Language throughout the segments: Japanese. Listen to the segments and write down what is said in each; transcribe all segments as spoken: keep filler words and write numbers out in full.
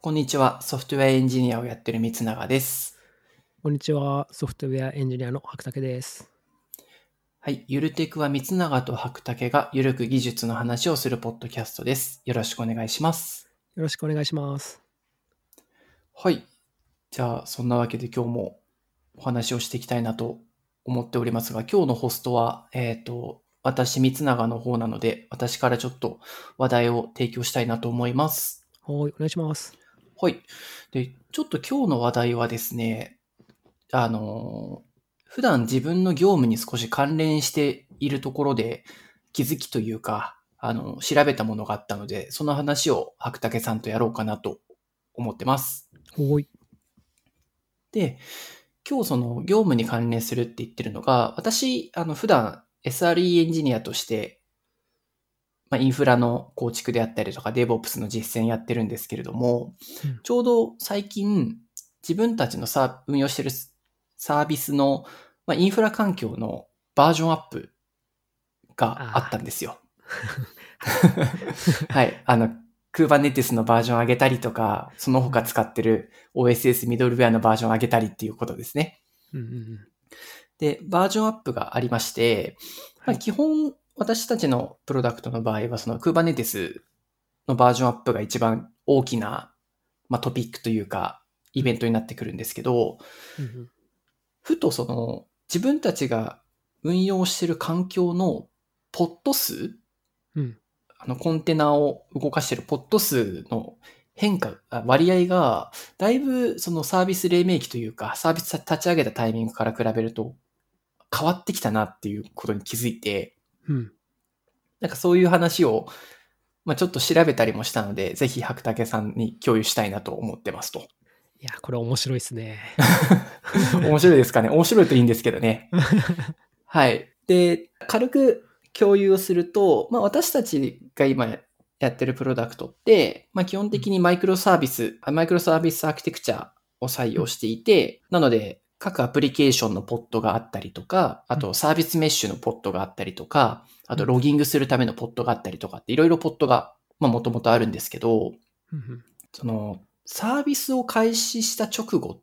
こんにちは。ソフトウェアエンジニアをやってる三永です。 こんにちは。ソフトウェアエンジニアの白竹です。 はい。ゆるテクは三永と白竹がゆるく技術の話をするポッドキャストです。よろしくお願いします。 よろしくお願いします。 はい。じゃあ、そんなわけで今日もお話をしていきたいなと思っておりますが、今日のホストは、えっと、私、三永の方なので、私からちょっと話題を提供したいなと思います。 はい、お願いします。 はい。で、ちょっと今日の話題はですね、あの、普段自分の業務に少し関連しているところで気づきというか、あの、調べたものがあったので、その話を白竹さんとやろうかなと思ってます。 はい。 で、今日その業務に関連するって言ってるのが、私、あの、普段 エスアールイー エンジニアとして、まあ、インフラの構築であったりとか、DevOps の実践やってるんですけれども、 うん、 ちょうど最近、自分たちのさ運用してるサービスの、まあ、インフラ環境のバージョンアップがあったあんですよ。 あ、はい。 はい。あの、Kubernetes のバージョン上げたりとか、その他使ってる オーエスエス ミドルウェアのバージョン上げたりっていうことですね。 うんうんうん。 で、バージョンアップがありまして、まあ、 はい。 基本私たちのプロダクトの場合はその Kubernetes のバージョンアップが一番大きな、まあ、トピックというかイうんベントになってくるんですけど、 うんうん。 ふとその自分たちが運用している環境のポット数、 うん。 あのコンテナを動かしているポット数の変化、割合が、だいぶそのサービス黎明期というか、サービス立ち上げたタイミングから比べると変わってきたなっていうことに気づいて、 うん。 なんかそういう話を、まあ、ちょっと調べたりもしたので、ぜひ白竹さんに共有したいなと思ってますと。 いや、これ面白いですね。 面白いですかね。面白いといいんですけどね。はい。で、軽く共有をすると、まあ私たちが今やってるプロダクトって、まあ基本的にマイクロサービス、マイクロサービスアーキテクチャを採用していて、なので各アプリケーションのポットがあったりとか、あとサービスメッシュのポットがあったりとか、あとロギングするためのポットがあったりとかっていろいろポットが、まあもともとあるんですけど、そのサービスを開始した直後って、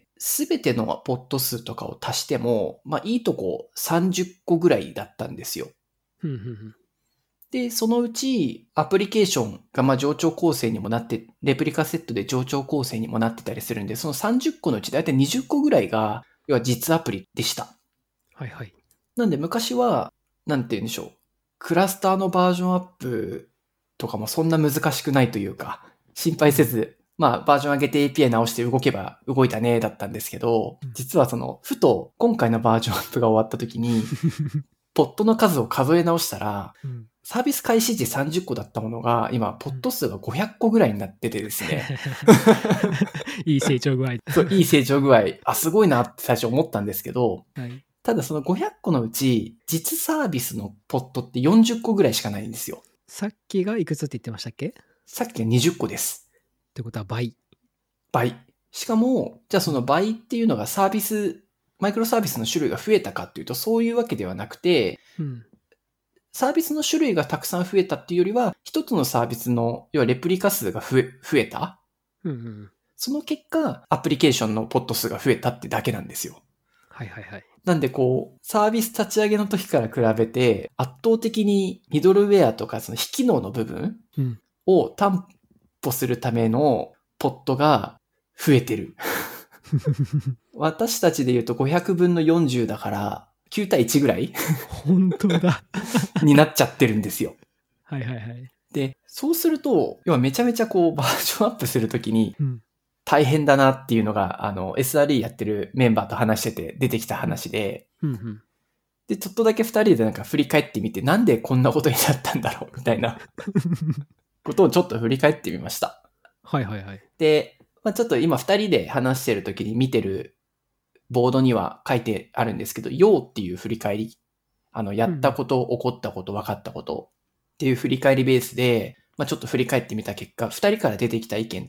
すべてのポット数とかを足しても、まあいいとこさんじゅっこぐらいだったんですよ。で、そのうちアプリケーションがまあ上長構成にもなって、レプリカセットで上長構成にもなってたりするんで、そのさんじゅっこのうちだいたいにじゅっこぐらいが、要は実アプリでした。 はいはい。 なんで昔は、なんて言うんでしょう。クラスターのバージョンアップとかもそんな難しくないというか、心配せず、まあバージョン上げて エーピーアイ 直して動けば動いたねだったんですけど、 うん実はその、ふと今回のバージョンアップが終わった時に、ポットの数を数え直したら、 うん。 サービス開始時さんじゅっこだったものが、今、ポット数がごひゃっこぐらいになっててですね。 いい成長具合。 そう、いい成長具合、あ、すごいなって最初思ったんですけど、 はい。 ただそのごひゃっこのうち、実サービスのポットってよんじゅっこぐらいしかないんですよ。 さっきがいくつって言ってましたっけ？っさっきはにじゅっこです。 てことは倍。 倍。しかも、じゃあその倍っていうのがサービス、マイクロサービスの種類が増えたかっていうと、そういうわけではなくて、 うん。 サービスの種類がたくさん増えたっていうよりは、一つのサービスの、要はレプリカ数が増え、増えた。 うんうん。 その結果、アプリケーションのポット数が増えたってだけなんですよ。 はいはいはい。 なんでこう、サービス立ち上げの時から比べて、圧倒的にミドルウェアとかその非機能の部分うん。 を担保するためのポットが増えてる。私たちで言うとごひゃくぶんのよんじゅうだからきゅう対いちぐらい本当だ。 になっちゃってるんですよ。 はいはいはい。 で、そうすると、要はめちゃめちゃこうバージョンアップするときにうん。 大変だなっていうのが、あの、エスアールイー やってるメンバーと話してて出てきた話で、 うんうん。 で、ちょっとだけ二人でなんか振り返ってみて、なんでこんなことになったんだろうみたいなことをちょっと振り返ってみました。 はいはいはい。 で、まあ、ちょっと今二人で話してるときに見てるボードには書いてあるんですけど、要っていう振り返り、あの、やったこと、起こったこと、分かったことっていう振り返りベースで、まあ、ちょっと振り返ってみた結果、二人から出てきた意見って、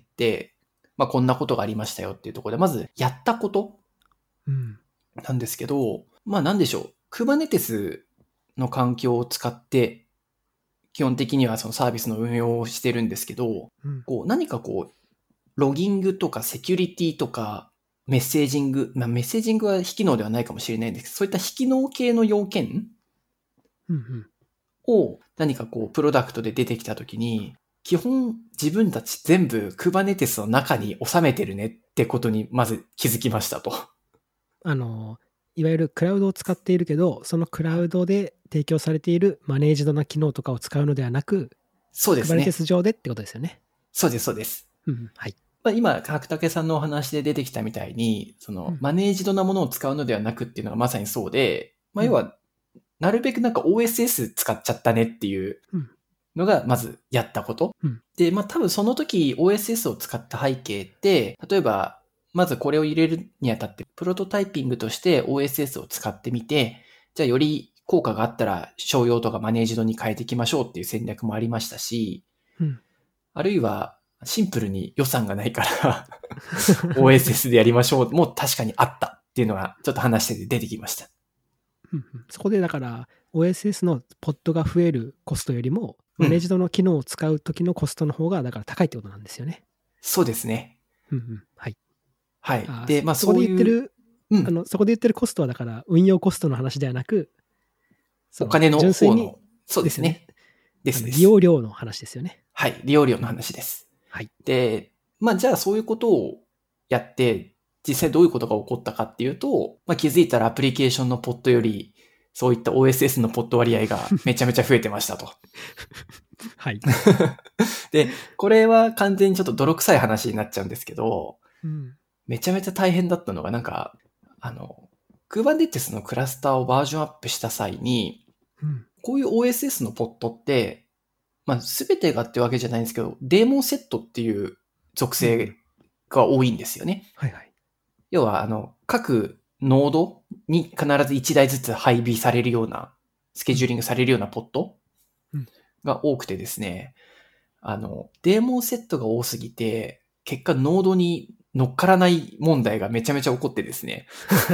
まあ、こんなことがありましたよっていうところで、まず、やったことうん。 なんですけど、まあ、なんでしょう。Kubernetes の環境を使って、基本的にはそのサービスの運用をしてるんですけど、 うん。 こう、何かこう、 ロギングとかセキュリティとかメッセージング、まあメッセージングは非機能ではないかもしれないんですけど、そういった非機能系の要件うんうんを何かこうプロダクトで出てきたときに、基本自分たち全部 Kubernetes の中に収めてるねってことにまず気づきましたと。 あの、いわゆるクラウドを使っているけど、そのクラウドで提供されているマネージドな機能とかを使うのではなく、 そうですね。 Kubernetes 上でってことですよね。 そうです、そうです。 うんうん、はい。 まあ、今、角竹さんのお話で出てきたみたいに、その、 うんマネージドなものを使うのではなくっていうのがまさにそうで、まあ、 うん要は、なるべくなんか オーエスエス 使っちゃったねっていうのが、まずやったこと。 うんで、まあ、多分その時 オーエスエス を使った背景って、例えば、まずこれを入れるにあたって、プロトタイピングとして オーエスエス を使ってみて、じゃあより効果があったら商用とかマネージドに変えていきましょうっていう戦略もありましたし、 うんあるいは、シンプルに予算がないからオーエスエス でやりましょうも確かにあったっていうのがちょっと話してて出てきました。 うんうんそこでだから オーエスエス のポッドが増えるコストよりも、マネージドの機能を使う時のコストの方がだから高いってことなんですよね。 そうですね。 うんうんはい。 はい。 あで、まあそこそういう。 で言ってる、 うんあの、そこで言ってるコストはだから運用コストの話ではなく、そお金の純粋に方の、そうですね。ですです。 あの利用料の話ですよね。 はい。利用料の話です。 はい。 で、まあじゃあそういうことをやって、実際どういうことが起こったかっていうと、まあ気づいたらアプリケーションのポッドより、そういった オーエスエス のポッド割合がめちゃめちゃ増えてましたと。 はい。 で、これは完全にちょっと泥臭い話になっちゃうんですけど、 うんめちゃめちゃ大変だったのがなんか、あの、Kubernetes のクラスターをバージョンアップした際に、 うんこういう オーエスエス のポッドって、まあ、すべてがってわけじゃないんですけど、デーモンセットっていう属性が多いんですよね。 はいはい。 要は、あの、各ノードに必ずいちだいずつ配備されるような、スケジューリングされるようなポッドうんが多くてですね、あの、デーモンセットが多すぎて、結果ノードに乗っからない問題がめちゃめちゃ起こってですね。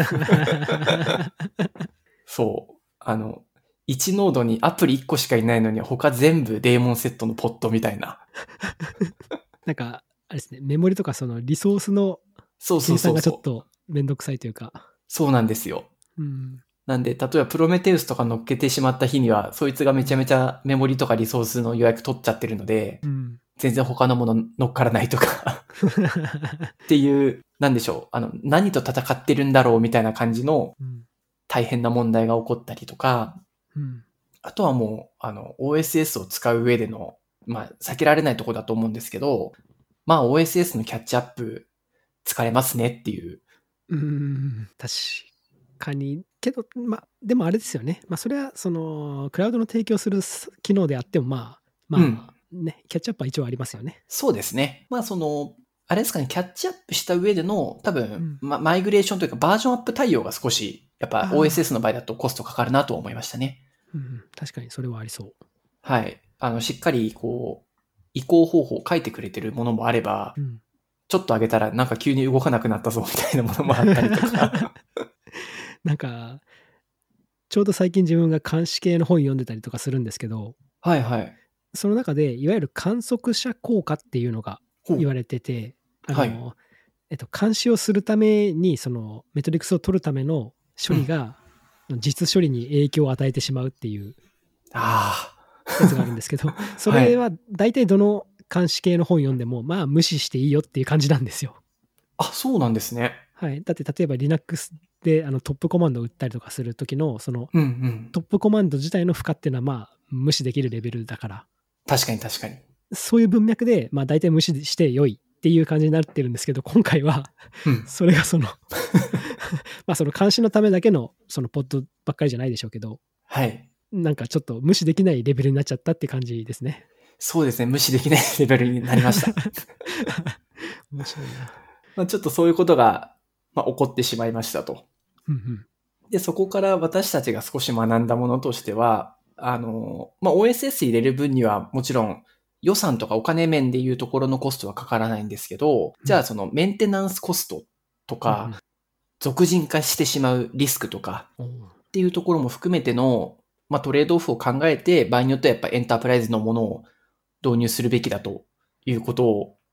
そう。あの、いちノードにアプリいっこしかいないのに他全部デーモンセットのポッドみたいな。 なんか、あれですね、メモリとかそのリソースのそうそう計算そうそう。 がちょっとめんどくさいというか。 そうなんですよ。 うん。 なんで、例えばプロメテウスとか乗っけてしまった日には、そいつがめちゃめちゃメモリとかリソースの予約取っちゃってるので、 うん。 全然他のもの乗っからないとかっていう、なんでしょう。あの、何と戦ってるんだろうみたいな感じのうん。 大変な問題が起こったりとか、 うん。 あとはもう、あの、オーエスエス を使う上での、まあ、避けられないところだと思うんですけど、まあ、オーエスエス のキャッチアップ、疲れますねっていう。 うーん、確かに。けど、まあ、でもあれですよね。まあ、それは、その、クラウドの提供する機能であっても、まあ、まあ、ね、キャッチアップは一応ありますよね。 そうですね。まあ、その、あれですかね、キャッチアップした上での、多分、 うんま、マイグレーションというか、バージョンアップ対応が少し、やっぱあーオーエスエス の場合だとコストかかるなと思いましたね。 うんうん、確かにそれはありそう。 はい。あの、しっかり、こう、移行方法を書いてくれてるものもあれば、 うん。 ちょっと上げたらなんか急に動かなくなったぞみたいなものもあったりとか。 なんか、ちょうど最近自分が監視系の本読んでたりとかするんですけど、 はいはい。 その中で、いわゆる観測者効果っていうのがほう言われてて、あの、 はいえっと、監視をするために、そのメトリックスを取るための処理が、実処理に影響を与えてしまうっていうあやつがあるんですけど、それは大体どの監視系の本読んでも、まあ無視していいよっていう感じなんですよ。 あ。あ、そうなんですね。 はい。だって例えば Linux であのトップコマンドを打ったりとかするときの、そのうんうん。 トップコマンド自体の負荷っていうのはまあ無視できるレベルだから、 確かに確かに。 そういう文脈でまあ大体無視して良いっていう感じになってるんですけど、今回はうん。 それがそのまあその監視のためだけのそのポッドばっかりじゃないでしょうけど、 はい。 なんかちょっと無視できないレベルになっちゃったって感じですね。 そうですね。無視できないレベルになりました。 面白いな。 まあちょっとそういうことが、まあ、起こってしまいましたと。 うんうんで、そこから私たちが少し学んだものとしては、あの、まあ、オーエスエス 入れる分にはもちろん予算とかお金面でいうところのコストはかからないんですけど、じゃあそのメンテナンスコストとか、 うんうん俗人化してしまうリスクとかおーっていうところも含めての、まあ、トレードオフを考えて、場合によってはやっぱエンタープライズのものを導入するべきだということを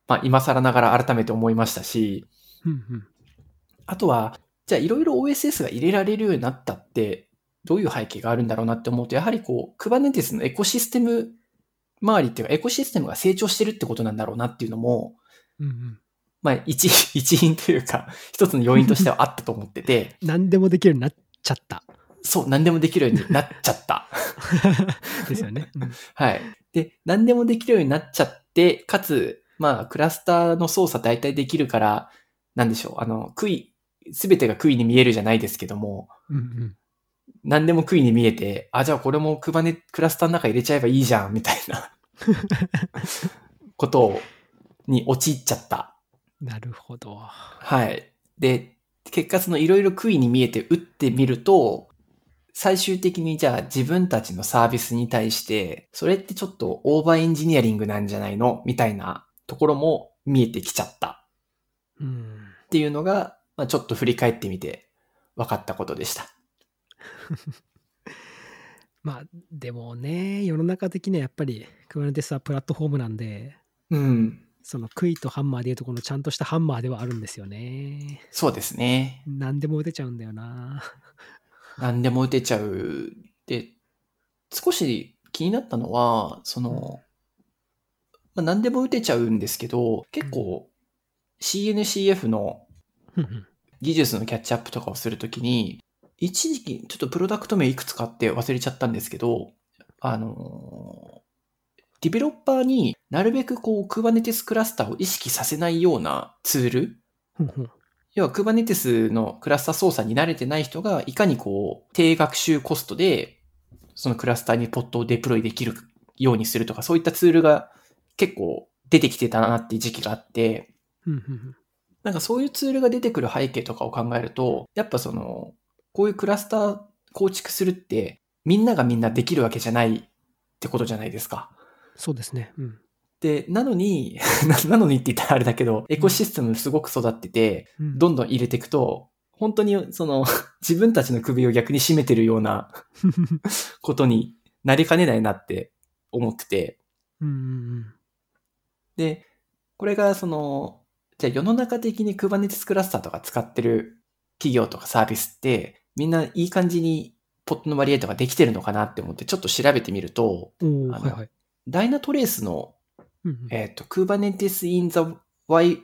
まあ今更ながら改めて思いましたし、 うんうんあとは、じゃあいろいろ オーエスエス が入れられるようになったって、どういう背景があるんだろうなって思うと、やはりこう、Kubernetes のエコシステム周りっていうか、エコシステムが成長してるってことなんだろうなっていうのも、 うんうん、 まあ一、一因というか、一つの要因としてはあったと思ってて、 何でもできるようになっちゃった。 そう、何でもできるようになっちゃった。 ですよね。うん、 はい。で、何でもできるようになっちゃって、かつ、まあ、クラスターの操作大体できるから、なんでしょう、あの、杭、すべてが杭に見えるじゃないですけども、 うんうん、 何でも杭に見えて、あ、じゃあこれもクバネ、クラスターの中入れちゃえばいいじゃん、みたいなことに陥っちゃった。 なるほど。 はい。で、結果そのいろいろ杭に見えて打ってみると、最終的にじゃあ自分たちのサービスに対して、それってちょっとオーバーエンジニアリングなんじゃないのみたいなところも見えてきちゃったうん、 っていうのが、まあ、ちょっと振り返ってみて分かったことでした。 まあでもね、世の中的にはやっぱり Kubernetes はプラットフォームなんで、 うん。 その杭とハンマーでいうとこのちゃんとしたハンマーではあるんですよね。 そうですね。 何でも打てちゃうんだよな。 何でも打てちゃう。で、少し気になったのは、その、まあ、何でも打てちゃうんですけど、結構 シーエヌシーエフ の技術のキャッチアップとかをするときに、一時期ちょっとプロダクト名いくつかあって忘れちゃったんですけど、あの、ディベロッパーになるべくこう Kubernetes クラスターを意識させないようなツール、要は Kubernetes のクラスター操作に慣れてない人がいかにこう低学習コストでそのクラスターにポットをデプロイできるようにするとか、そういったツールが結構出てきてたなっていう時期があって、なんかそういうツールが出てくる背景とかを考えると、やっぱその、こういうクラスター構築するって、みんながみんなできるわけじゃないってことじゃないですか。 そうですね。うん、 で、なのにな、なのにって言ったらあれだけど、エコシステムすごく育ってて、 うん、 どんどん入れていくと、本当にその、自分たちの首を逆に締めてるようなことになりかねないなって思ってて。 うんうんうん、 で、これがその、じゃあ世の中的に Kubernetes クラスターとか使ってる企業とかサービスって、みんないい感じにポットの割合とかできてるのかなって思ってちょっと調べてみると、 おー、 あの、 はいはい。 ダイナトレースの、 うんうん、 えっと、Kubernetes in the Wild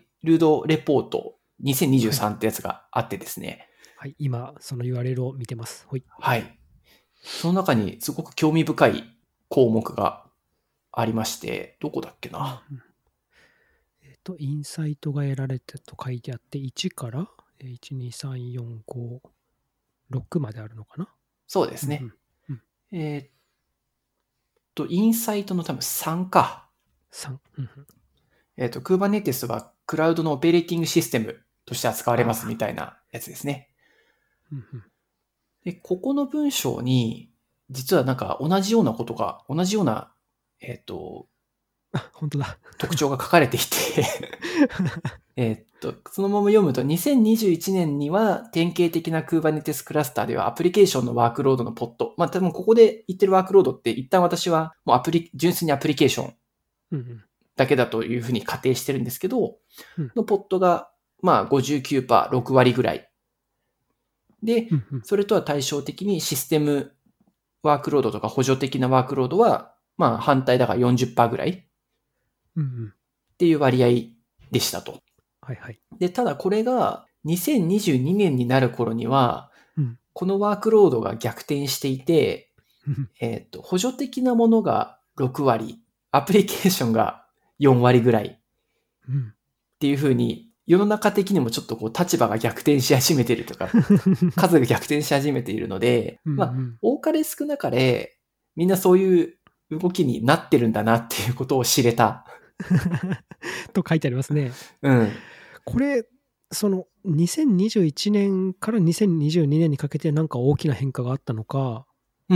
Report にせんにじゅうさんってやつがあってですね。 はい、今、その ユーアールエル を見てます。はい。 はい。その中にすごく興味深い項目がありまして、どこだっけな。 うんうん、えっと、インサイトが得られたと書いてあって、いちからいち、に、さん、よん、ご、ろくまであるのかな。 そうですね。うんうん、えー、っと、インサイトの多分さんか。 さん。うんうん、 えー、っと、Kubernetes はクラウドのオペレーティングシステムとして扱われますみたいなやつですね。 うんうん、 で、ここの文章に、実はなんか同じようなことが、同じような、えー、っと、 あ、本当だ。 特徴が書かれていてえっと、そのまま読むと、にせんにじゅういちねんには典型的な Kubernetes クラスターではアプリケーションのワークロードのポット。まあ、多分ここで言ってるワークロードって一旦私はもうアプリ、純粋にアプリケーションだけだというふうに仮定してるんですけど、 うん、 のポットがまあ ごじゅうきゅうパーセント、ろく割ぐらい。で、 うんうん、 それとは対照的にシステムワークロードとか補助的なワークロードはまあ反対だから よんじゅっパーセント ぐらいっていう割合でしたと。 はいはい。 で、ただこれがにせんにじゅうにねんになる頃には、 うん、 このワークロードが逆転していて、えっと、補助的なものがろく割、アプリケーションがよん割ぐらいっていう風に、世の中的にもちょっとこう立場が逆転し始めているとか、数が逆転し始めているので、まあ、多かれ少なかれ、みんなそういう動きになってるんだなっていうことを知れた。 と書いてありますね。 うん。 これ、そのにせんにじゅういちねんからにせんにじゅうにねんにかけてなんか大きな変化があったのか、 うんうん、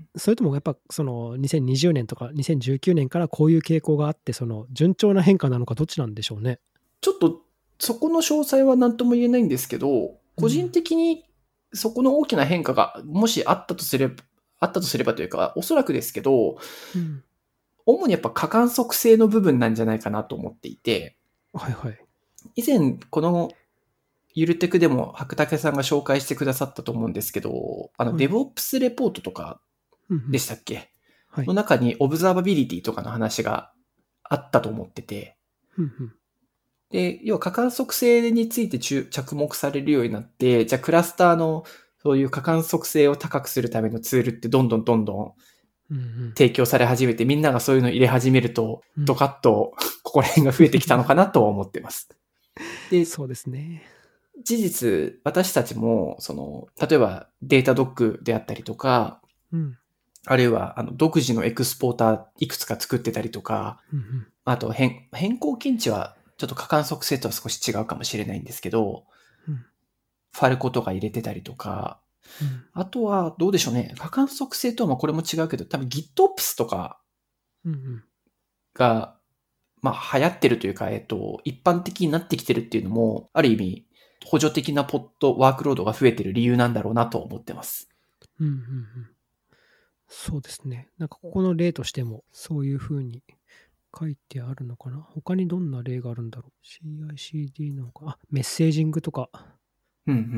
それともやっぱそのにせんにじゅうねんとかにせんじゅうきゅうねんからこういう傾向があって、その順調な変化なのかどっちなんでしょうね。 ちょっとそこの詳細は何とも言えないんですけど、個人的にそこの大きな変化がもしあったとすれば、あったとすればというか、おそらくですけど、うん、主にやっぱ過観測性の部分なんじゃないかなと思っていて、 はいはい。 以前、このゆるテクでも白竹さんが紹介してくださったと思うんですけど、あの、 はい。 DevOps レポートとかうんうん。 でしたっけのはい。 中にオブザーバビリティとかの話があったと思ってて、 うんうん。 で、要は過観測性について注着目されるようになって、じゃあクラスターのそういう過観測性を高くするためのツールってどんどんどんどんうんうん。 提供され始めて、みんながそういうの入れ始めると、 うんドカッとここら辺が増えてきたのかなとは思ってます。で、 そうですね。 事実、私たちも、その、例えばデータドックであったりとか、 うん。 あるいはあの独自のエクスポーターいくつか作ってたりとか、 うんうん。 あと変変更検知はちょっと過観測性とは少し違うかもしれないんですけど、 うんファルコとか入れてたりとか、 うん。 あとはどうでしょうね。過観測性とはまあこれも違うけど、多分 GitOps とかうんうん。 が、まあ流行ってるというか、えっと、一般的になってきてるっていうのも、ある意味、補助的なポット、ワークロードが増えてる理由なんだろうなと思ってます。 うんうんうん。そうですね。なんかここの例としてもそういうふうに書いてあるのかな。他にどんな例があるんだろう。シーアイシーディー なのか。あ、メッセージングとか、 うんうんうん。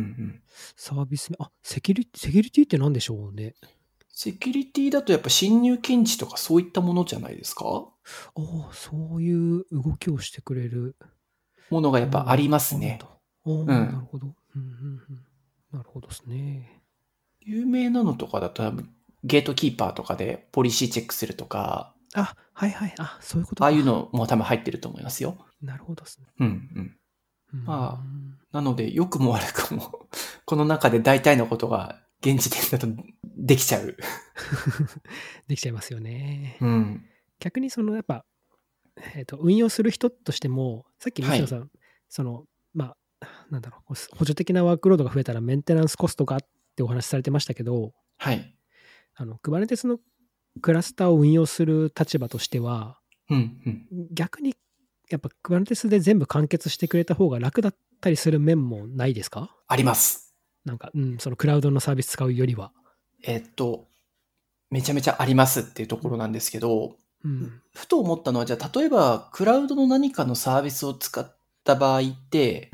サービス、あ、セキュリ、セキュリティって何でしょうね。 セキュリティだとやっぱ侵入検知とかそういったものじゃないですかおお、そういう動きをしてくれるものがやっものがぱありますね。 あるんだ。おお、なるうん。 ほど。うんうんうん。なるほどですね。 有名なのとかだと多分ゲートキーパーとかでポリシーチェックするとか、 あ、はいはい。あ、そういうことああいうか。 のも多分入ってると思いますよ。 なるほどですね。 うんうん。 うーまあ、 ん。 なので良くも悪くもこの中で大体のことが現時点だとできちゃう。 できちゃいますよね。 うん。 逆にそのやっぱ、えっと、運用する人としても、さっきはい。 西野さん、その、まあ、なんだろう、こう補助的なワークロードが増えたらメンテナンスコストがってお話しされてましたけど、 はい。 あの、Kubernetes のクラスターを運用する立場としては、 うんうん。 逆にやっぱ Kubernetes で全部完結してくれた方が楽だったりする面もないですか？ あります。 なんか、うん、そのクラウドのサービス使うよりは。 えっと、めちゃめちゃありますっていうとうん。 ころなんですけど、 うん。 ふと思ったのは、じゃあ例えばクラウドの何かのサービスを使った場合って、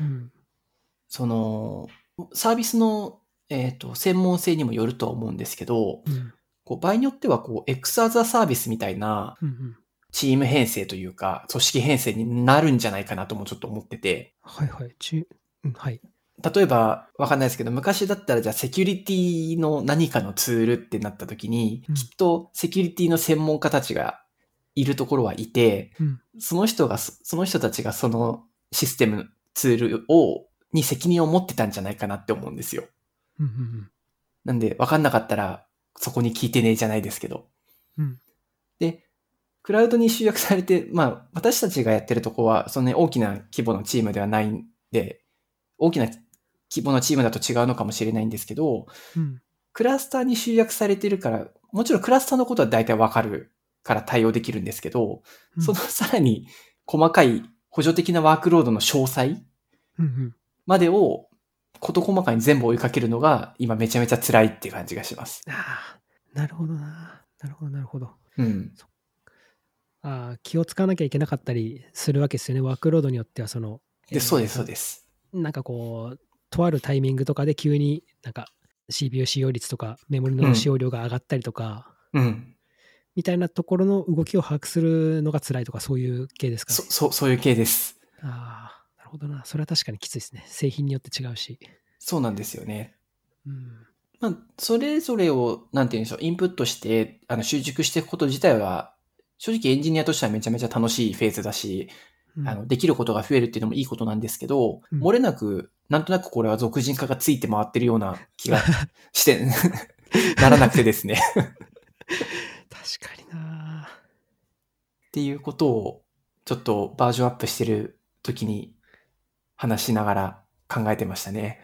うん。 その、サービスの、えっと、専門性にもよるとは思うんですけど、 うん。 こう場合によっては、こう、X as a サービスみたいなうんうん。 チーム編成というか、組織編成になるんじゃないかなともちょっと思ってて、 はいはい。ちうん、はい。 例えば、わかんないですけど、昔だったらじゃあセキュリティの何かのツールってなった時に、 うん。 きっとセキュリティの専門家たちがいるところはいて、 うん。 その人が、その人たちがそのシステム、ツールを、に責任を持ってたんじゃないかなって思うんですよ。 うんうんなんで、わかんなかったら、そこに聞いてねえじゃないですけど。 うん。うん。 で、クラウドに集約されて、まあ、私たちがやってるとこは、そんなに大きな規模のチームではないんで、大きな規模のチームだと違うのかもしれないんですけど、 うん。 クラスターに集約されてるから、もちろんクラスターのことは大体わかるから対応できるんですけど、 うん。 そのさらに細かい補助的なワークロードの詳細うんうん。 までを事細かに全部追いかけるのが今めちゃめちゃ辛いっていう感じがします。 ああ、なるほどな。なるほどなるほど。 うん。 そああ、気を使わなきゃいけなかったりするわけですよね。ワークロードによってはその、 で、そうです、 えっと、 そうです。 なんかこう、とあるタイミングとかで急になんか シーピーユー 使用率とかメモリの使うん。 用量が上がったりとか、 うん。 みたいなところの動きを把握するのが辛いとかそういう系ですかそ、 ね。 そ、そういう系です。 ああ、なるほどな。それは確かにきついですね。製品によって違うし。 そうなんですよね。 うん。 まあ、それぞれを、なんて言うんでしょう、インプットして、あの、習熟していくこと自体は、正直エンジニアとしてはめちゃめちゃ楽しいフェーズだし、 うん。 あの、できることが増えるっていうのもいいことなんですけど、 うん。 漏れなく、なんとなくこれは俗人化がついて回ってるような気がしてならなくてですね確かにな。 っていうことを、ちょっとバージョンアップしてる時に話しながら考えてましたね。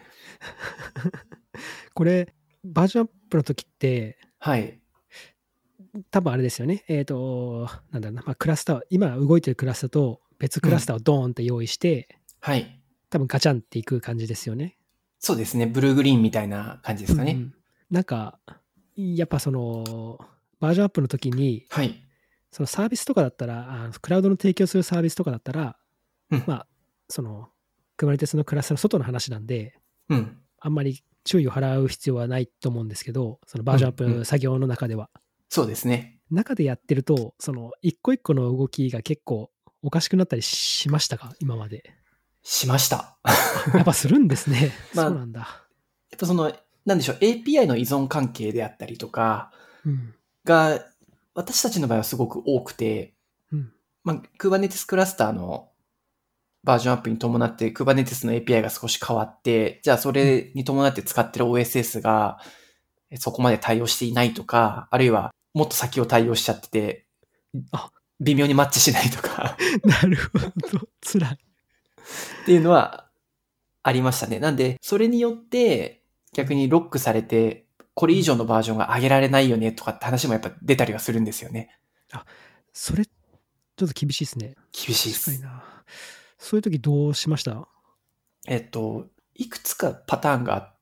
これ、バージョンアップの時って、 はい。 多分あれですよね。えっ、と、なんだろうな、まあ、クラスター、今動いてるクラスターと別クラスターうん。 をドーンって用意して、 はい。 多分ガチャンっていく感じですよね。 そうですね。ブルーグリーンみたいな感じですかね。 うんうん。なんか、やっぱその、バージョンアップの時に、 はい。 そのサービスとかだったら、あクラウドの提供するサービスとかだったら、 うんまあ、その、Kubernetes のクラスの外の話なんで、 うん。 あんまり注意を払う必要はないと思うんですけど、そのバージョンアッうんうんプ作業の中では。 そうですね。 中でやってると、その、一個一個の動きが結構おかしくなったりしましたか今まで。 しました。 あ、やっぱするんですね。 まあそうなんだ。 やっぱその、なんでしょう、エーピーアイ の依存関係であったりとかうん。 が、私たちの場合はすごく多くて、 うん。 まあ、Kubernetes クラスターのバージョンアップに伴って Kubernetes の エーピーアイ が少し変わって、じゃあそれに伴って使ってる オーエスエス がそこまで対応していないとか、あるいはもっと先を対応しちゃってて、 あ、 微妙にマッチしないとかなるほど。辛い。 っていうのはありましたね。なんで、それによって逆にロックされて、これ以上のバージョンが上げられないよねとかって話もやっぱ出たりはするんですよね。 あ、それ、ちょっと厳しいですね。 厳しいです。 確かにな。そういう時どうしました？ えっと、いくつかパターンがあって、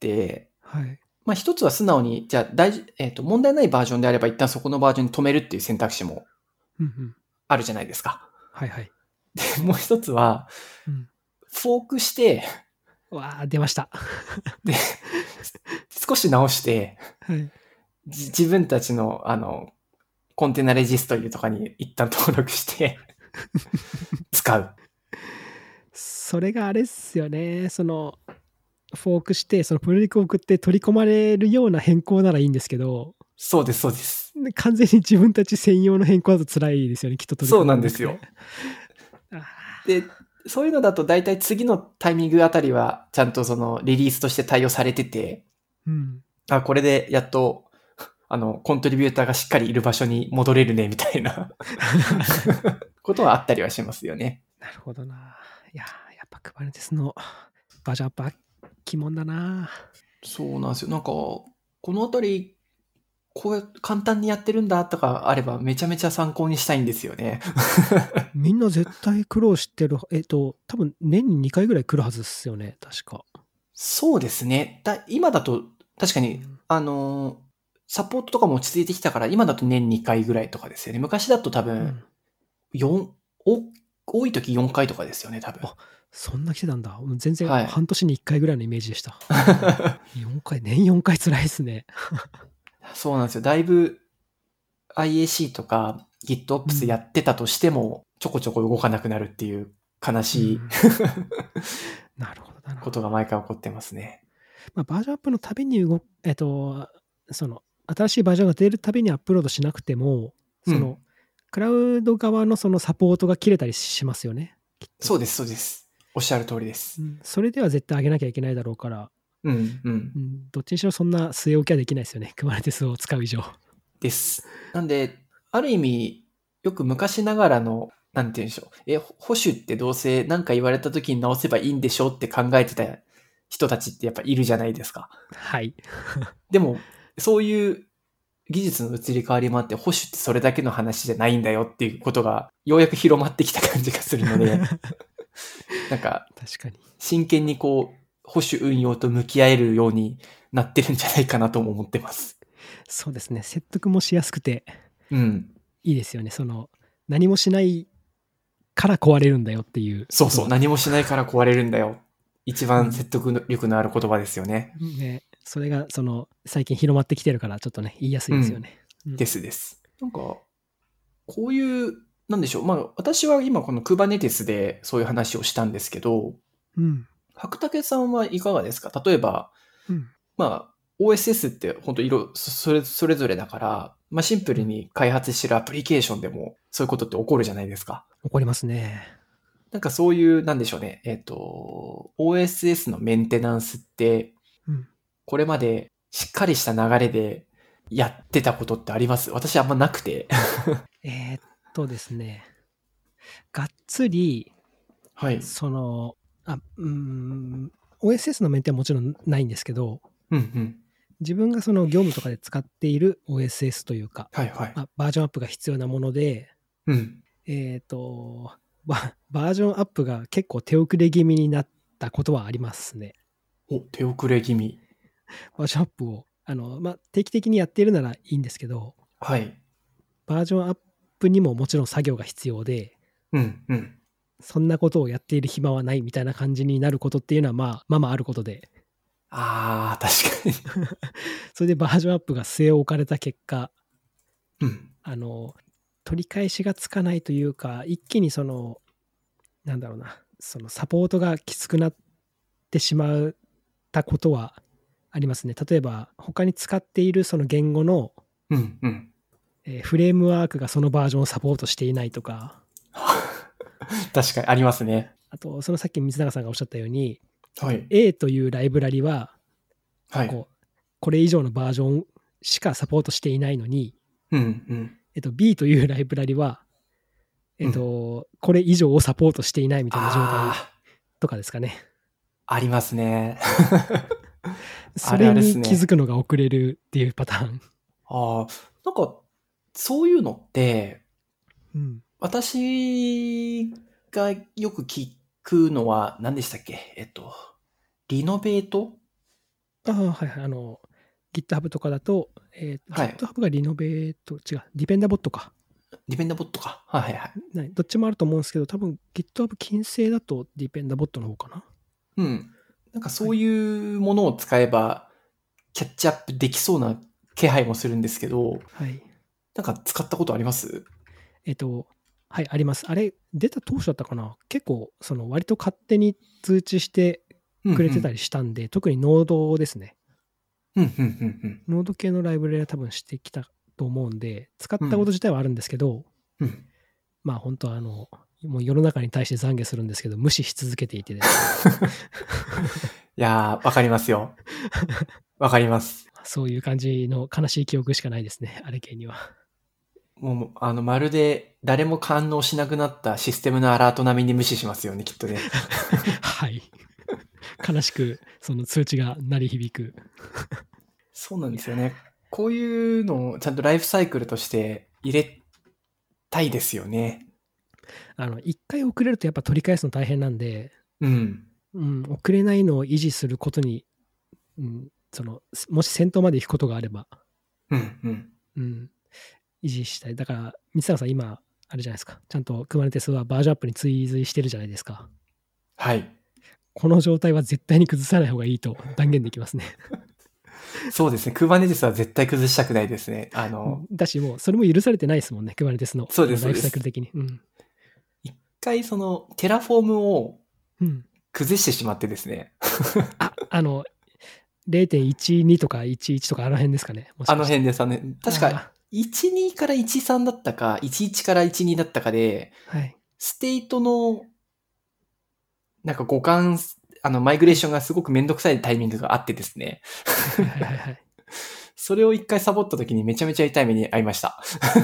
はい。 まあ一つは素直に、じゃあ大事、えっと、問題ないバージョンであれば一旦そこのバージョンに止めるっていう選択肢もうんうん。 あるじゃないですか。 はいはい。 で、もう一つは、 うん。 フォークして、 わあ、出ました。 で、少し直して、 はい。 じ自分たちの、あの、コンテナレジストリとかに一旦登録して使う。 それがあれっすよね。その、フォークして、そのプルリクを送って取り込まれるような変更ならいいんですけど、 そうです、そうです。 完全に自分たち専用の変更だと辛いですよね。きっと取りそう込まれなくて。 なんですよ。 あで、そういうのだと大体次のタイミングあたりはちゃんとそのリリースとして対応されてて、 ーうん。 あ、これでやっと、あの、コントリビューターがしっかりいる場所に戻れるね、みたいなことはあったりはしますよね。 なるほどな。いやー、やっぱ Kubernetes のバージョンアップは鬼門だな。 そうなんですよ。なんか、このあたり、こうやって簡単にやってるんだとかあればめちゃめちゃ参考にしたいんですよね。 みんな絶対苦労してる。えっと、多分年ににかいぐらい来るはずっすよね。確か。 そうですね。だ今だと、確かに、 うんあのーサポートとかも落ち着いてきたから、今だと年にかいぐらいとかですよね。昔だと多分、 うんよん、お多い時よんかいとかですよね、多分。 あ、そんな来てたんだ。もう全然はい。 半年にいっかいぐらいのイメージでした。よんかい、年よんかい辛いっすね。 そうなんですよ。だいぶ アイエーシー とか GitOps やってたとしても、ちょこちょこ動かなくなるっていう悲しい、 うんなるほどだな。 ことが毎回起こってますね。 まあ、バージョンアップのたびに動く、えっと、その、新しいバージョンが出るたびにアップロードしなくても、その、 うんクラウド側のそのサポートが切れたりしますよね。きっとそうです、そうです。おっしゃる通りですう。ん、それでは絶対上げなきゃいけないだろうから、 うん、うんう。ん、どっちにしろそんな据え置きはできないですよね。Kubernetes を使う以上。 です。なんで、ある意味、よく昔ながらの、なんて言うんでしょう。え、保守ってどうせ何か言われた時に直せばいいんでしょって考えてた人たちってやっぱいるじゃないですか。 はい。 でも、そういう技術の移り変わりもあって、保守ってそれだけの話じゃないんだよっていうことが、ようやく広まってきた感じがするので、なんか、 確かに。 真剣にこう、保守運用と向き合えるようになってるんじゃないかなとも思ってます。 そうですね。説得もしやすくてうん。 いいですよね。その、何もしないから壊れるんだよっていうそうそう、 ことが。 何もしないから壊れるんだよ。一番説得力のある言葉ですよね。 ね、それがその最近広まってきてるからちょっとね言いやすいですよね。うんですです。なんか、こういう、なんでしょう。まあ、私は今この Kubernetes でそういう話をしたんですけど、 うん白竹さんはいかがですか？例えば、 うんまあ、オーエスエス って本当色、それ、それぞれだから、まあシンプルに開発してるアプリケーションでもそういうことって起こるじゃないですか。 起こりますね。 なんかそういう、なんでしょうね。えっと、オーエスエス のメンテナンスって、 うんこれまでしっかりした流れでやってたことってあります？私あんまなくて。 えーっとですね、がっつりはい。 そのあうーん オーエスエス のメンテはもちろんないんですけど、 うんうん。 自分がその業務とかで使っている オーエスエス というか、 はいはい。 まあ、バージョンアップが必要なもので、 うん。 えーっとババージョンアップが結構手遅れ気味になったことはありますね。 お、手遅れ気味。 バージョンアップをあの、まあ、定期的にやっているならいいんですけど、 はい。 バージョンアップにももちろん作業が必要で、 うんうん。 そんなことをやっている暇はないみたいな感じになることっていうのは、まあ、まあまああることで。 ああ、確かに。 それでバージョンアップが据え置かれた結果、 うん。 あの、取り返しがつかないというか、一気にその、なんだろうな、そのサポートがきつくなってしまったことはありますね。例えば、他に使っているその言語の、 うんうん。 えーフレームワークがそのバージョンをサポートしていないとか、 確かにありますね。 あと、そのさっき水永さんがおっしゃったように、 はい。 A というライブラリは、 はい。 こう、これ以上のバージョンしかサポートしていないのに、 うんうん。 えっと、B というライブラリは、えっと、これ以上をサポートしていないみたいな状態あとかですかね。 あ、ありますね。 そあるあれに気るっすね。 づくのが遅れるっていうパターン。 ああ、なんか、そういうのって、 うん。 私がよく聞くのは、何でしたっけえっと、リノベートああ、はいはい。あの、GitHub とかだと、えーはい。 GitHub がリノベート、違う、ディペンダボットか。 ディペンダボットか。はいはいはい。 ねどっちもあると思うんですけど、多分 GitHub 金星だとディペンダボットの方かな。 うん。なんかそうはい。 いうものを使えば、キャッチアップできそうな気配もするんですけど、 はい。 なんか使ったことあります？ えっと、はい、あります。あれ、出た当初だったかな。結構、その割と勝手に通知してうんうくれてたん。 りしたんで、特にノードですね。 うんうんうんノード系のライブラリは多分してきたと思うんで、使っうん。 たこと自体はあるんですけど、 うん。うん。 まあ本当はあの、もう世の中に対して懺悔するんですけど、無視し続けていてですね。 いやー、わかりますよ。わかります。 そういう感じの悲しい記憶しかないですね、あれ系には。 もう、あの、まるで誰も感応しなくなったシステムのアラート並みに無視しますよね、きっとね。 はい。悲しく、その通知が鳴り響く。 そうなんですよね。こういうのをちゃんとライフサイクルとして入れたいですよね。 あの、一回遅れるとやっぱ取り返すの大変なんで、 うん。 うん、遅れないのを維持することに、うん、その、もし先頭まで行くことがあれば、 うん、うん。 うん、維持したい。だから、三永さん今、あれじゃないですか。ちゃんと Kubernetes はバージョンアップに追随してるじゃないですか。 はい。 この状態は絶対に崩さない方がいいと断言できますね。 そうですね。Kubernetes は絶対崩したくないですね。あの、 だし、もうそれも許されてないですもんね、Kubernetes のそうです、 あのライフそうです。 サイクル的に。うん。 一回その、テラフォームをうん。 崩してしまってですね。 あ、あの、れいてんいちに とかいちいちとかあの辺ですかね、もしかして。 あの辺です、あの辺。確か、 あいちにからいちさんだったか、いちいちからいちにだったかで、 あ、はい。 ステートの、なんか互換、あの、マイグはい。 レーションがすごくめんどくさいタイミングがあってですね。 はいはいはいはいはい。 それを一回サボった時にめちゃめちゃ痛い目に遭いました。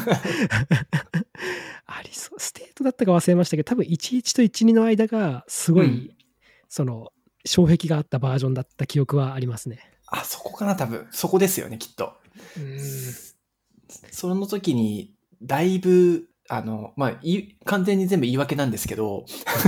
ありそう。ステートだったか忘れましたけど、多分いちいちといちにの間がすごい、 うん。 その、障壁があったバージョンだった記憶はありますね。 あ、そこかな、多分。そこですよね、きっと。 うーん。 その時に、だいぶ、あの、まあ、い完全に全部言い訳なんですけど、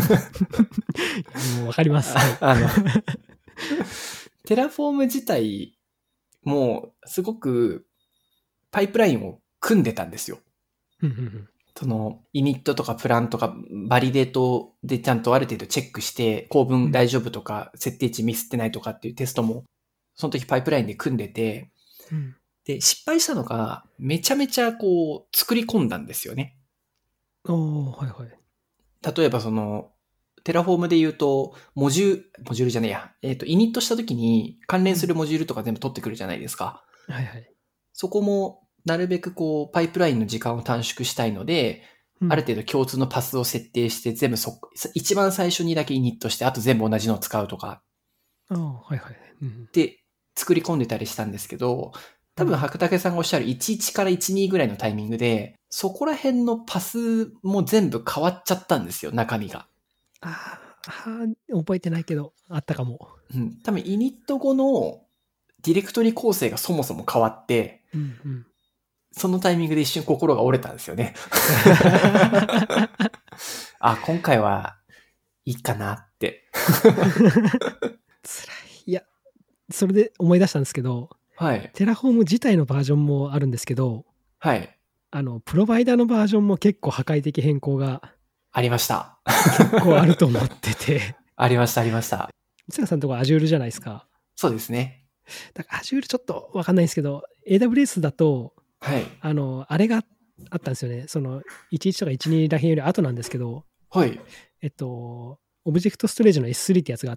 もうわかります。はい。 あの、テラフォーム自体もすごくパイプラインを組んでたんですよ。 うんうんうんその、イニットとかプランとかバリデートでちゃんとある程度チェックして、構文大丈夫とか、設定値ミスってないとかっていうテストも、その時パイプラインで組んでて、 うん。 で、失敗したのが、めちゃめちゃこう、作り込んだんですよね。 ああ、はいはい。 例えばその、テラフォームで言うと、モジュール、モジュールじゃねえや。えっと、イニットした時に関連するモジュールとか全部取ってくるじゃないですか。 はいはい。 そこも、なるべくこう、パイプラインの時間を短縮したいので、 うん、 ある程度共通のパスを設定して、全部そ、一番最初にだけイニットして、あと全部同じのを使うとか、 ああ、はいはい。うん、 で、作り込んでたりしたんですけど、多分、 うん、 白竹さんがおっしゃるいちいちからいちにぐらいのタイミングで、そこら辺のパスも全部変わっちゃったんですよ、中身が。 ああ、覚えてないけど、あったかも。 うん。多分、イニット後のディレクトリ構成がそもそも変わって、 うん、うん。 そのタイミングで一瞬心が折れたんですよね。あ、今回はいいかなって。 辛い。いや、それで思い出したんですけど、 はい。 テラフォーム自体のバージョンもあるんですけど、 はい。 あの、プロバイダーのバージョンも結構破壊的変更がありました。 結構あると思ってて。 ありました、ありました。 三坂さんのとこ Azure じゃないですか。 そうですね。 だから Azure ちょっとわかんないんですけど、エーダブリューエス だと、 はい。 あの、あれがあったんですよね。その、いちいちとかいちにらへんより後なんですけど、 はい。 えっと、オブジェクトストレージの エススリー ってやつがあって、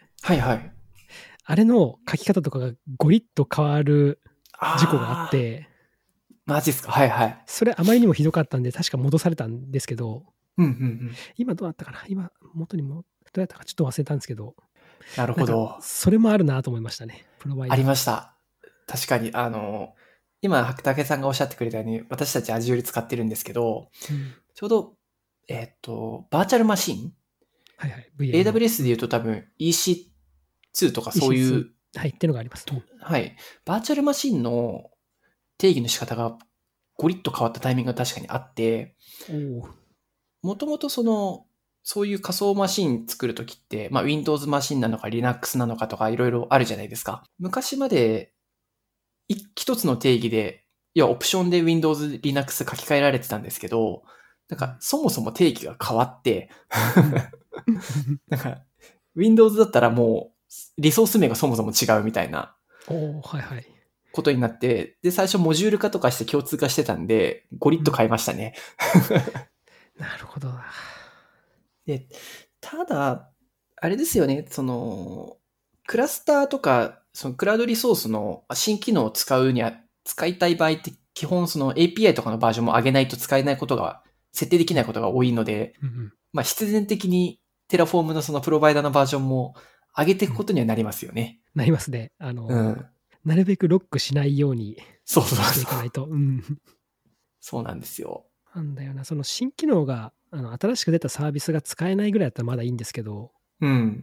はいはい。 あれの書き方とかがゴリッと変わる事故があっあて、 ー、マジっすか。はいはい。 それあまりにもひどかったんで、確か戻されたんですけど、 うんうんうん。 今どうだったかな今、元にも、どうやったかちょっと忘れたんですけど、 なるなんか、 ほど。 それもあるなと思いましたね。プロバイありダー。 ました。確かに、あの、今、白竹さんがおっしゃってくれたように、私たち Azure 使ってるんですけど、 うん。 ちょうど、えっと、バーチャルマシンはいはい。ブイエム の。 エーダブリューエス でうん。 言うと多分 イーシーツー とかそういイーシーツー。 う、 はい。っていうのがあります。うん。 はい。バーチャルマシンの定義の仕方がゴリッと変わったタイミングが確かにあって、 おお。 もともとその、そういう仮想マシン作るときって、まあ Windows マシンなのか Linux なのかとかいろいろあるじゃないですか。昔までい一つの定義で、要はオプションで Windows、Linux 書き換えられてたんですけど、なんかそもそも定義が変わって、 うん。 なんか Windows だったらもうリソース名がそもそも違うみたいなおお、はいはい。 ことになって、で、最初モジュール化とかして共通化してたんで、ゴリッとうん。 変えましたね。 なるほどな。 で、ただ、あれですよね、その、クラスターとか、そのクラウドリソースの新機能を使うには、使いたい場合って基本その エーピーアイ とかのバージョンも上げないと使えないことが、設定できないことが多いので、 うんうん。 まあ必然的にテラフォームのそのプロバイダーのバージョンも上げていくことにはなりますよね。 なりますね。あうの、 ん。 なるべくロックしないようにそうそうしていそう。 かないと。うん。 そうなんですよ。 なんだよな。その新機能が、あの、新しく出たサービスが使えないぐらいだったらまだいいんですけど、 うん。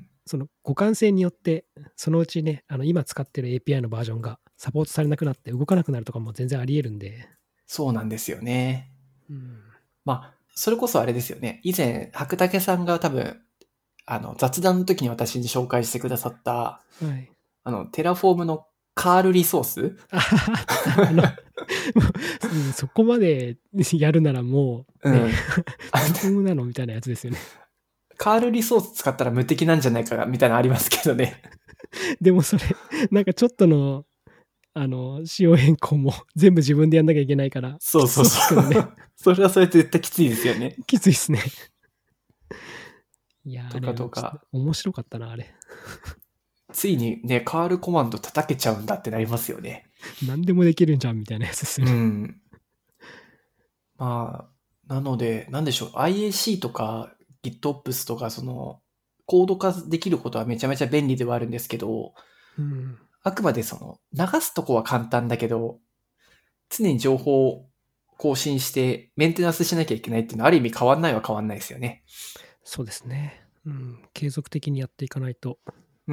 その互換性によって、そのうちね、あの、今使ってる エーピーアイ のバージョンがサポートされなくなって動かなくなるとかも全然あり得るんで。 そうなんですよね。 うん。 まあ、それこそあれですよね。以前、白竹さんが多分、あの、雑談の時に私に紹介してくださった、 はい。 あの、テラフォームのカールリソースあははあの、もううんそこまでやるならもう、ね、 うん。 テラフォームなのみたいなやつですよね。 カールリソース使ったら無敵なんじゃないかみたいなのありますけどね。 でもそれ、なんかちょっとの、あの、仕様変更も全部自分でやんなきゃいけないから、 そうそうきつそうですけどね。 そう。それはそれって絶対きついですよね。 きついっすね。いやー、 とあれ、ちょっとかとか。 面白かったな、あれ。 ついにね、カールコマンド叩けちゃうんだってなりますよね。 何でもできるんじゃんみたいなやつですようね。 ん。まあ、なので、なんでしょう。アイエーシー とか GitOps とか、その、コード化できることはめちゃめちゃ便利ではあるんですけど、 うん。 あくまでその、流すとこは簡単だけど、常に情報を更新してメンテナンスしなきゃいけないっていうのはある意味変わんないは変わんないですよね。 そうですね。うん。継続的にやっていかないと。 うん。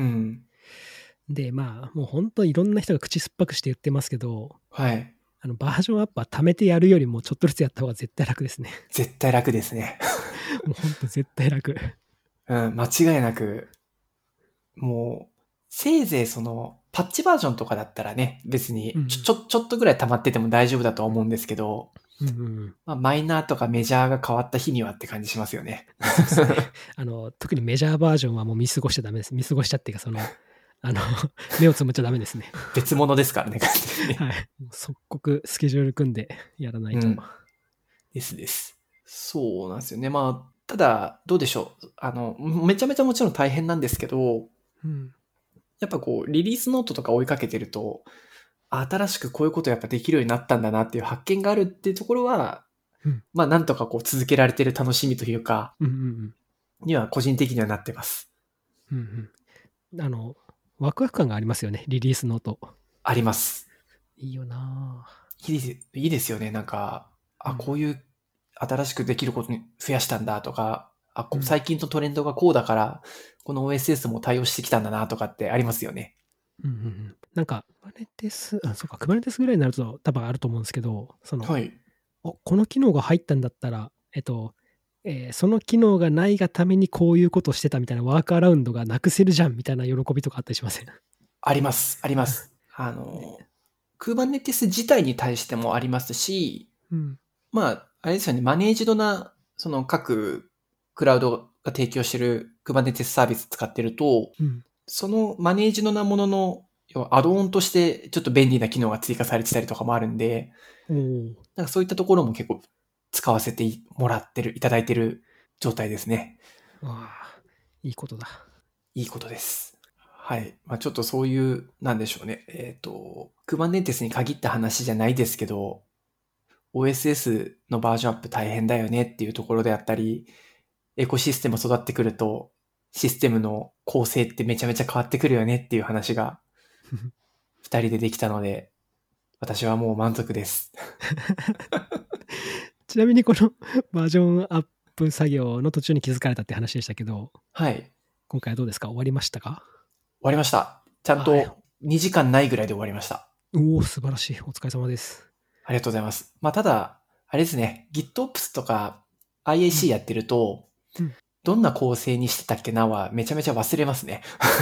で、まあ、もう本当いろんな人が口酸っぱくして言ってますけど、 はい。 あの、バージョンアップは貯めてやるよりもちょっとずつやった方が絶対楽ですね。 絶対楽ですね。 もう本当絶対楽。 うん、間違いなく、もう、せいぜいその、パッチバージョンとかだったらね、別に、ちょ、 うん。 ちょ、ちょっとぐらい溜まってても大丈夫だとは思うんですけど、 うんうんうん。 まあ、マイナーとかメジャーが変わった日にはって感じしますよね。 そうですね。あの、特にメジャーバージョンはもう見過ごしちゃダメです。見過ごしちゃっていうか、その、あの、目をつむっちゃダメですね。 別物ですからね、完全にね。 はい。もう即刻スケジュール組んでやらないと。 うん。ですです。そうなんですよね。まあ、ただ、どうでしょう。あの、めちゃめちゃもちろん大変なんですけど、 うん。 やっぱこう、リリースノートとか追いかけてると、新しくこういうことやっぱできるようになったんだなっていう発見があるっていうところは、 うん。 まあなんとかこう続けられてる楽しみというか、 うんうんには個人的にはなってます。 うん。うんうん。あの、ワクワク感がありますよね。リリースノート。 あります。 いいよなぁ。 いいです、いいですよね。なんか、あ、 うん。 こういう新しくできることに増やしたんだとか、あ、こうん。 最近のトレンドがこうだから、この オーエスエス も対応してきたんだなとかってありますよね。 うんうんうん。なんか、Kubernetes、あ、そうか、Kubernetes ぐらいになると多分あると思うんですけど、その、 はい。 お、この機能が入ったんだったら、えっと、えーその機能がないがためにこういうことをしてたみたいなワークアラウンドがなくせるじゃんみたいな喜びとかあったりしません？ あります。あります。あね。 の、Kubernetes 自体に対してもありますし、 うん。 まあ、あれですよね、マネージドな、その各クラウドが提供している Kubernetes サービス使ってると、 うん。 そのマネージのなものの、要はアドオンとしてちょっと便利な機能が追加されてたりとかもあるんで、 おーなんかそういったところも結構使わせてもらってる、いただいてる状態ですね。 ああ、いいことだ。 いいことです。はい。まあちょっとそういう、なんでしょうね。えっ、と、Kubernetes に限った話じゃないですけど、オーエスエス のバージョンアップ大変だよねっていうところであったり、エコシステム育ってくると、システムの構成ってめちゃめちゃ変わってくるよねっていう話が二人でできたので、私はもう満足です。 ちなみにこのバージョンアップ作業の途中に気づかれたって話でしたけど、 はい。 今回はどうですか？終わりましたか？ 終わりました。ちゃんはいとにじかんないぐらいで終わりました。 おお、素晴らしい。お疲れ様です。 ありがとうございます。まあただ、あれですね、GitOps とか アイエーシー やってると、 うんうんどんな構成にしてたっけなはめちゃめちゃ忘れますね。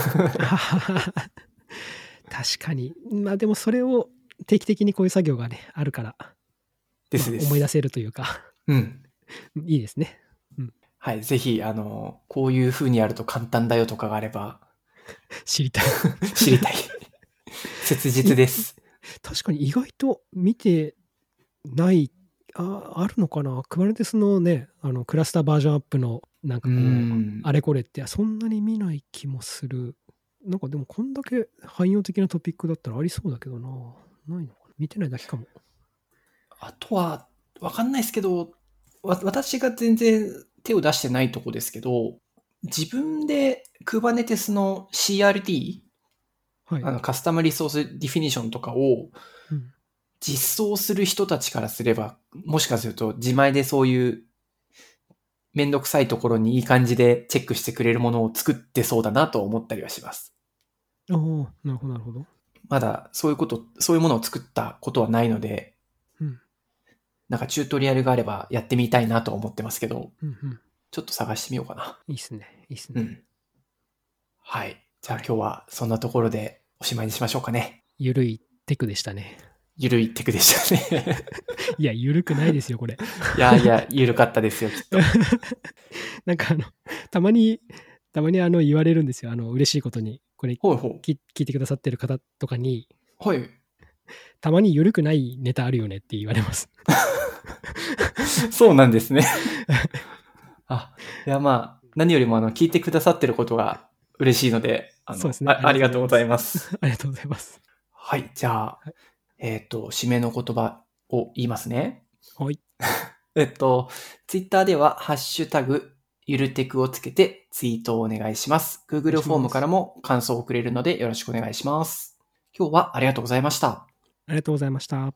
確かに。まあでもそれを定期的にこういう作業がね、あるから、 ですです。 まあ思い出せるというか、 うん。 いいですね。 はい。ぜひ、あの、こういう風にやると簡単だよとかがあれば、 知りたい。 知りたい。切実です。 確かに意外と見てないああるのかな。Kubernetes のね、あのクラスターバージョンアップのなんかこうう、 ん。 あれこれってそんなに見ない気もする。なんかでもこんだけ汎用的なトピックだったらありそうだけどな。ないのかな。見てないだけかも。 あとは、わかんないですけど、わ私が全然手を出してないとこですけど、自分で Kubernetes の シーアールティー、 はい。 あのカスタムリソースディフィニションとかをうん、 実装する人たちからすれば、もしかすると自前でそういうめんどくさいところにいい感じでチェックしてくれるものを作ってそうだなと思ったりはします。 ああ、なるほど、なるほど。 まだそういうこと、そういうものを作ったことはないので、 うん、 なんかチュートリアルがあればやってみたいなと思ってますけど、 うん、うん。 ちょっと探してみようかな。 いいっすね。いいっすね。 うん。はい。じゃあ今日はそんなところでおしまいにしましょうかね。 ゆるいテクでしたね。 ゆるいテクでしたね。 いや、ゆるくないですよ、これ。 いやいや、ゆるかったですよ、きっと。 なんかあの、たまに、たまにあの言われるんですよ。あの、嬉しいことに。これほいほ聞聞いてくださってる方とかに、 う。はい。 たまにゆるくないネタあるよねって言われます。 そうなんですね。あ、いやまあ、何よりもあの、聞いてくださってることが嬉しいので、あの、 そうですね。 あありがとうございます。 ありがとうございます。 はい、じゃあ、 はいえっと、締めの言葉を言いますね。 はい。 えっと、ツイッターでは、ハッシュタグ、ゆるテクをつけてツイートをお願いします。 お願 Google いしますフォームからも感想をくれるのでよろしくお願いします。今日はありがとうございました。 ありがとうございました。